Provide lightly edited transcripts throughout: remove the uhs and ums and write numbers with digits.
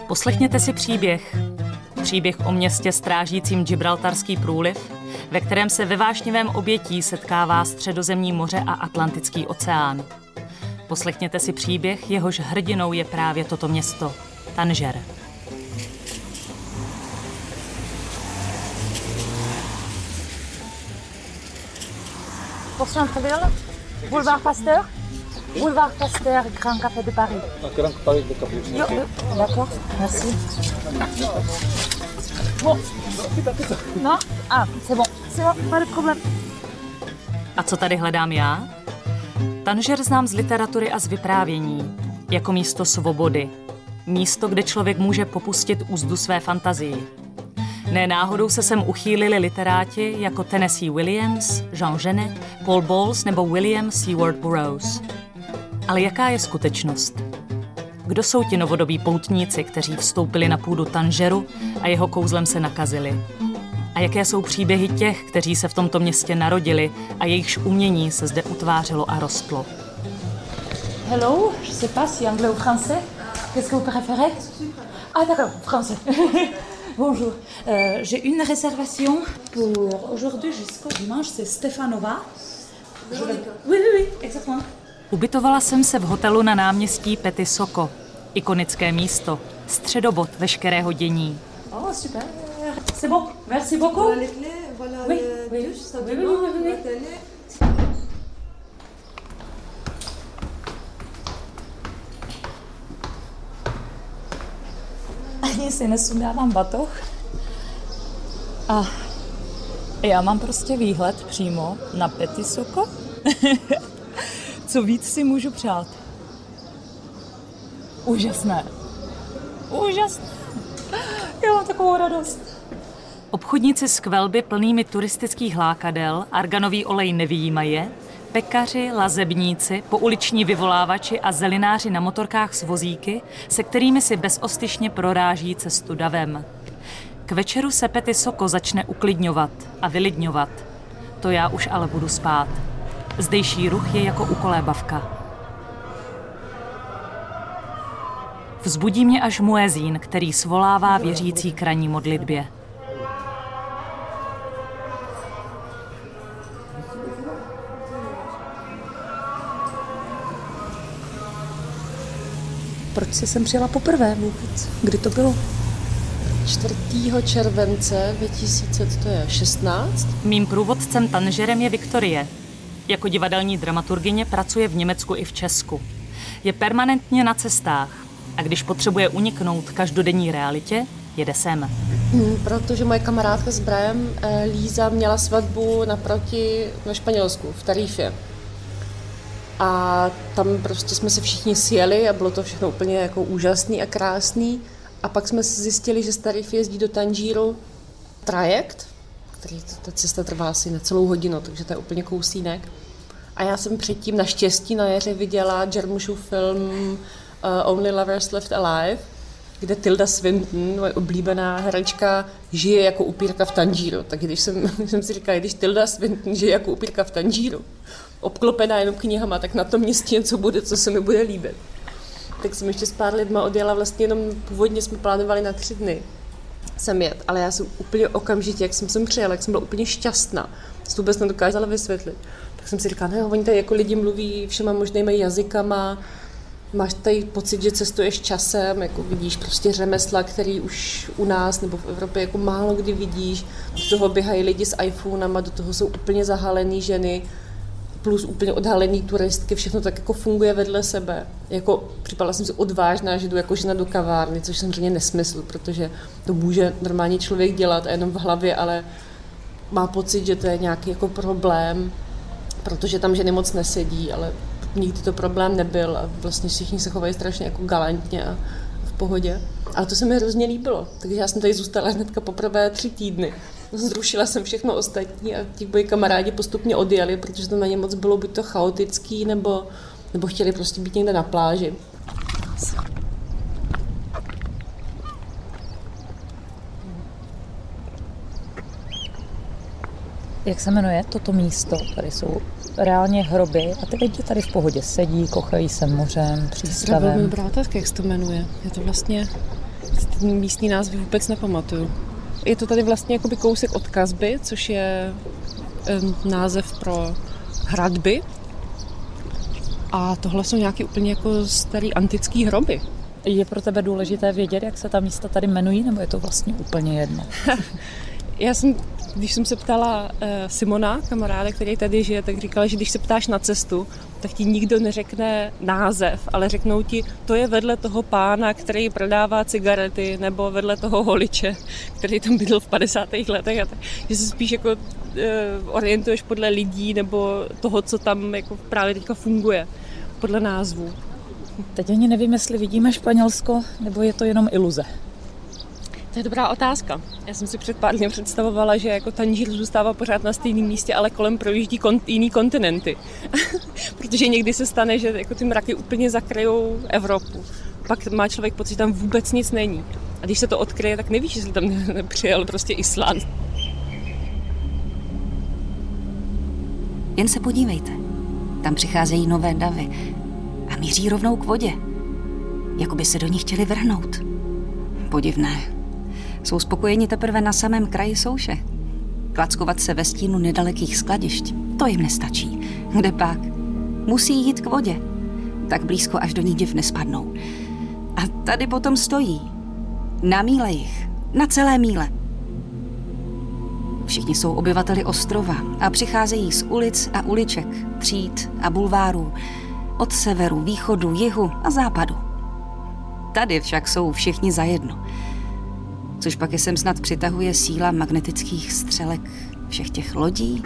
Poslechněte si příběh. Příběh o městě strážícím Gibraltarský průliv, ve kterém se ve vášnivém obětí setkává Středozemní moře a Atlantický oceán. Poslechněte si příběh, jehož hrdinou je právě toto město, Tanger. Pour Centreville, Boulevard Pasteur, Grand Café de Paris. Grand Café de Paris. D'accord, merci. Bon. Non? Ah, c'est bon, pas de problème. A co tady hledám já? Tanger znám z literatury a z vyprávění, jako místo svobody. Místo, kde člověk může popustit úzdu své fantazii. Ne náhodou se sem uchýlili literáti jako Tennessee Williams, Jean Genet, Paul Bowles nebo William Seward Burroughs. Ale jaká je skutečnost? Kdo jsou ti novodobí poutníci, kteří vstoupili na půdu Tangeru a jeho kouzlem se nakazili? A jaké jsou příběhy těch, kteří se v tomto městě narodili a jejichž umění se zde utvářelo a rostlo? Hello, je sais pas si anglais ou français. Qu'est-ce que vous préférez? Ah d'accord, français. Bonjour, j'ai une réservation pour aujourd'hui jusqu'au dimanche, c'est Stefanova. Oui, exactement. Ubytovala jsem se v hotelu na náměstí Petit Soko, ikonické místo, středobod veškerého dění. Oh, super. C'est bon, merci beaucoup. Oui. Ani si nesundávám batoh. A já mám prostě výhled přímo na Petit Soko. Co víc si můžu přát? Úžasné. Já mám takovou radost. Obchodníci z kvelby plnými turistických lákadel, arganový olej nevyjímaje, pekaři, lazebníci, pouliční vyvolávači a zelináři na motorkách s vozíky, se kterými si bezostyšně proráží cestu davem. K večeru se Petit Soko začne uklidňovat a vylidňovat. To já už ale budu spát. Zdejší ruch je jako ukolébavka. Vzbudí mě až muezín, který svolává věřící k ranní modlitbě. Proč jsi sem přijela poprvé vůbec? Kdy to bylo? 4. července 2016. Mým průvodcem Tangerem je Viktorie. Jako divadelní dramaturgyně pracuje v Německu i v Česku. Je permanentně na cestách a když potřebuje uniknout každodenní realitě, jede sem. Protože moje kamarádka s Brajem, Líza, měla svatbu naproti ve Španělsku, v Tarifě. A tam prostě jsme se všichni sjeli a bylo to všechno úplně jako úžasný a krásný. A pak jsme zjistili, že z Tarify jezdí do Tanžíru trajekt, který ta cesta trvá asi na celou hodinu, takže to je úplně kousínek. A já jsem předtím naštěstí na jaře viděla Jarmuschův film Only Lovers Left Alive, kde Tilda Swinton, moje oblíbená herečka, žije jako upírka v Tanžíru. Tak když jsem si říkala, když Tilda Swinton žije jako upírka v Tanžíru, obklopená jenom knihama, tak na tom městě něco bude, co se mi bude líbit. Tak jsem ještě s pár lidma odjela, vlastně jenom původně jsme plánovali na 3 dny sem jet, ale já jsem úplně okamžitě, jak jsem sem přijela, jak jsem byla úplně šťastná, to vůbec nedokázala vysvětlit. Tak jsem si říkala, oni tady jako lidi mluví všema možnými jazykama, máš tady pocit, že cestuješ časem, jako vidíš prostě řemesla, který už u nás nebo v Evropě jako málo kdy vidíš, do toho běhají lidi s iPhonama, do toho jsou úplně zahalený ženy, plus úplně odhalený turistky, všechno tak jako funguje vedle sebe. Jako připadala jsem si odvážná, že jdu jako žena do kavárny, což samozřejmě nesmysl, protože to může normálně člověk dělat a jenom v hlavě, ale má pocit, že to je nějaký jako problém, protože tam ženy moc nesedí, ale nikdy to problém nebyl a vlastně všichni se chovají strašně jako galantně a v pohodě. Ale to se mi hrozně líbilo, takže já jsem tady zůstala hnedka poprvé 3 týdny. Zrušila jsem všechno ostatní a ti moji kamarádi postupně odjeli, protože to na ně moc bylo buď to chaotický, nebo chtěli prostě být někde na pláži. Jak se jmenuje toto místo? Tady jsou reálně hroby a ty lidi tady v pohodě sedí, kochají se mořem, přístavem. Zdravím, Brátovky, jak se to jmenuje. Je to vlastně místní názvy vůbec nepamatuju. Je to tady vlastně jakoby kousek od Kasby, což je název pro hradby. A tohle jsou nějaký úplně jako starý antický hroby. Je pro tebe důležité vědět, jak se ta místa tady jmenují, nebo je to vlastně úplně jedno? Když jsem se ptala Simona, kamaráda, který tady žije, tak říkala, že když se ptáš na cestu, tak ti nikdo neřekne název, ale řeknou ti, to je vedle toho pána, který prodává cigarety, nebo vedle toho holiče, který tam bydl v 50. letech. Že se spíš jako orientuješ podle lidí nebo toho, co tam jako právě teďka funguje, podle názvů. Teď ani nevím, jestli vidíme Španělsko, nebo je to jenom iluze. To je dobrá otázka. Já jsem si před pár dny představovala, že jako Tanžír zůstává pořád na stejném místě, ale kolem projíždí jiný kontinenty. Protože někdy se stane, že jako ty mraky úplně zakryjou Evropu. Pak má člověk pocit, že tam vůbec nic není. A když se to odkryje, tak nevíš, jestli tam přijel prostě Island. Jen se podívejte. Tam přicházejí nové davy a míří rovnou k vodě. Jako by se do ní chtěli vrhnout. Podivné. Jsou spokojeni teprve na samém kraji souše. Klackovat se ve stínu nedalekých skladišť, to jim nestačí. Kde pak? Musí jít k vodě. Tak blízko, až do ní div nespadnou. A tady potom stojí. Na míle jich. Na celé míle. Všichni jsou obyvateli ostrova a přicházejí z ulic a uliček, tříd a bulvárů. Od severu, východu, jihu a západu. Tady však jsou všichni zajedno. Což pak je sem snad přitahuje síla magnetických střelek všech těch lodí.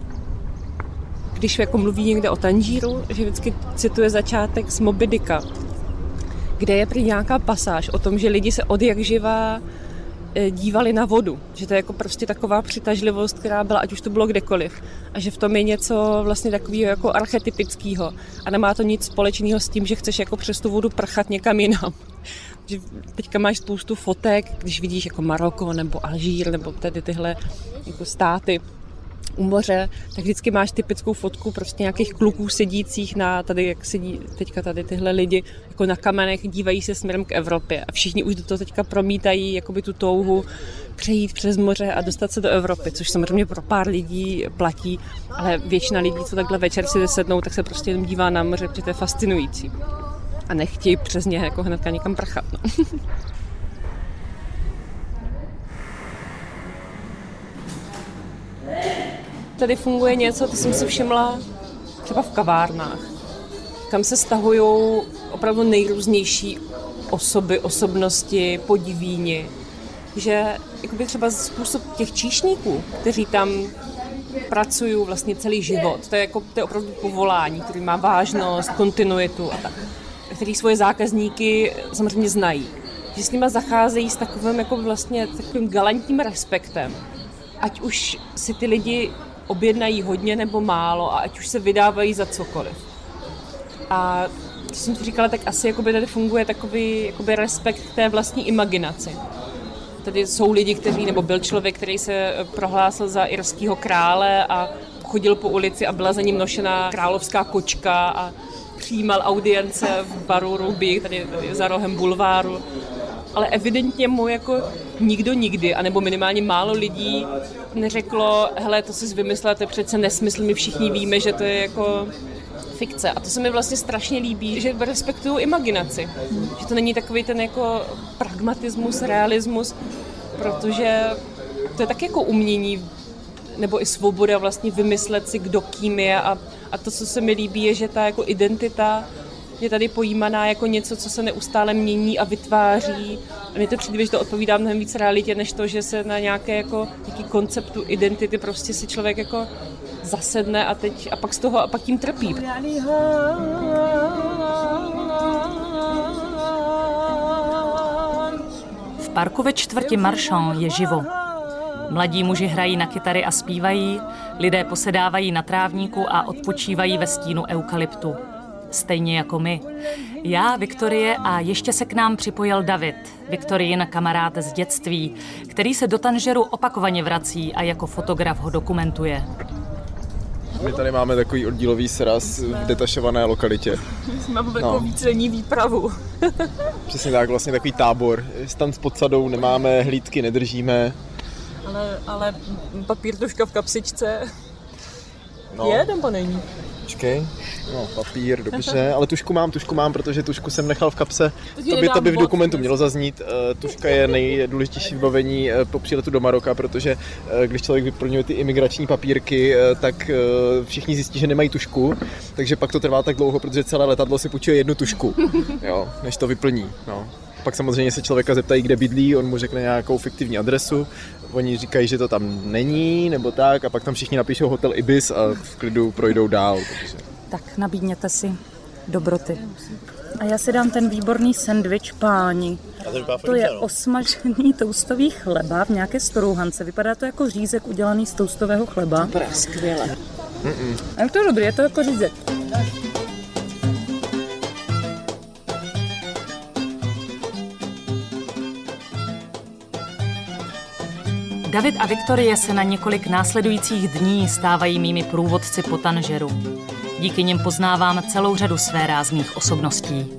Když jako mluví někde o Tanžíru, že vždycky cituje začátek z Moby Dicka, kde je prý nějaká pasáž o tom, že lidi se odjakživa dívali na vodu. Že to je jako prostě taková přitažlivost, která byla, ať už to bylo kdekoliv. A že v tom je něco vlastně takového jako archetypického. A nemá to nic společného s tím, že chceš jako přes tu vodu prchat někam jinam. Že teďka máš spoustu fotek, když vidíš jako Maroko nebo Alžír nebo tady tyhle jako státy u moře, tak vždycky máš typickou fotku prostě nějakých kluků sedících na tady, jak sedí teďka tady tyhle lidi, jako na kamenech, dívají se směrem k Evropě a všichni už do toho teďka promítají jakoby tu touhu přejít přes moře a dostat se do Evropy, což samozřejmě pro pár lidí platí, ale většina lidí, co takhle večer si sednou, tak se prostě jenom dívá na moře, protože to je fascinující. A nechtějí přes ně jako hnedka někam prchat. No. Tady funguje něco, to jsem si všimla třeba v kavárnách, kam se stahují opravdu nejrůznější osoby, osobnosti, podivíni. Že jakoby třeba způsob těch číšníků, kteří tam pracují vlastně celý život, to je opravdu povolání, který má vážnost, kontinuitu a tak, který svoje zákazníky samozřejmě znají. Že s nima zacházejí s takovým jako vlastně takovým galantním respektem. Ať už si ty lidi objednají hodně nebo málo a ať už se vydávají za cokoliv. A to jsem si říkala, tak asi jakoby tady funguje takový jakoby respekt k té vlastní imaginaci. Tady jsou lidi, nebo byl člověk, který se prohlásil za irského krále a chodil po ulici a byla za ním nošená královská kočka a přijímal audience v baru Ruby, tady za rohem bulváru. Ale evidentně mu jako nikdo nikdy, anebo minimálně málo lidí neřeklo, hele, to jsi vymyslela, to je přece nesmysl, my všichni víme, že to je jako fikce. A to se mi vlastně strašně líbí, že respektují imaginaci. Že to není takový ten jako pragmatismus, realismus, protože to je tak jako umění, nebo i svoboda vlastně vymyslet si, kdo kým je. A to, co se mi líbí, je, že ta jako identita je tady pojímaná jako něco, co se neustále mění a vytváří. A mně to přijde, že to odpovídá mnohem víc realitě, než to, že se na nějaký konceptu identity prostě si člověk jako zasedne a pak z toho a pak tím trpí. V parku ve čtvrti Marchand je živo. Mladí muži hrají na kytary a zpívají, lidé posedávají na trávníku a odpočívají ve stínu eukalyptu. Stejně jako my. Já, Viktorie a ještě se k nám připojil David, Viktorijin kamarád z dětství, který se do Tanžeru opakovaně vrací a jako fotograf ho dokumentuje. My tady máme takový oddílový sraz v detašované lokalitě. Máme takovou vícedenní výpravu. Přesně tak, vlastně takový tábor. Stan s podsadou, nemáme hlídky, nedržíme. Ale papír tužka v kapsičce No. je nebo není? Počkej, no papír, dobře, ale tužku mám, protože tužku jsem nechal v kapse. To by v dokumentu mělo zaznít. Tužka je nejdůležitější vybavení po příletu do Maroka, protože když člověk vyplňuje ty imigrační papírky, tak všichni zjistí, že nemají tužku, takže pak to trvá tak dlouho, protože celé letadlo si půjčuje jednu tužku, jo, než to vyplní. No. Pak samozřejmě se člověka zeptají, kde bydlí, on mu řekne nějakou fiktivní adresu, oni říkají, že to tam není, nebo tak, a pak tam všichni napíšou hotel Ibis a v klidu projdou dál. Takže. Tak nabídněte si dobroty. A já si dám ten výborný sendvič páni. To je osmažený toustový chleba v nějaké storouhance. Vypadá to jako řízek udělaný z toustového chleba. Dobré, skvěle. A je to dobrý, je to jako řízek. David a Viktorie se na několik následujících dní stávají mými průvodci po Tanžeru. Díky nim poznávám celou řadu svérázných osobností.